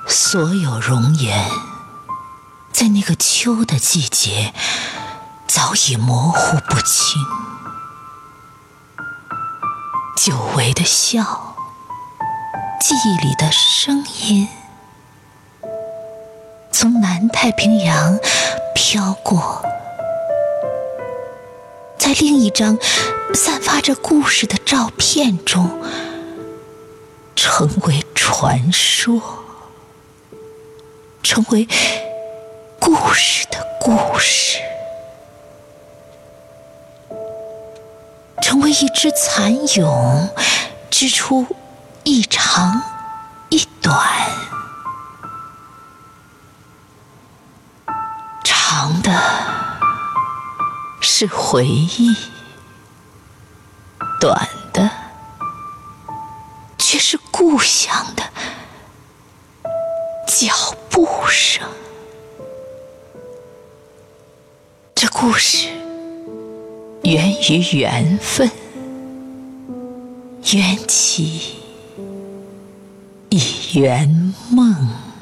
所有容颜在那个秋的季节早已模糊不清，久违的笑，记忆里的声音，从南太平洋飘过，在另一张散发着故事的照片中成为传说，成为故事的故事，成为一只蚕蛹织出一长一短，长的是回忆，短的却是故乡的脚步声。这故事源于缘分，缘起一圆梦。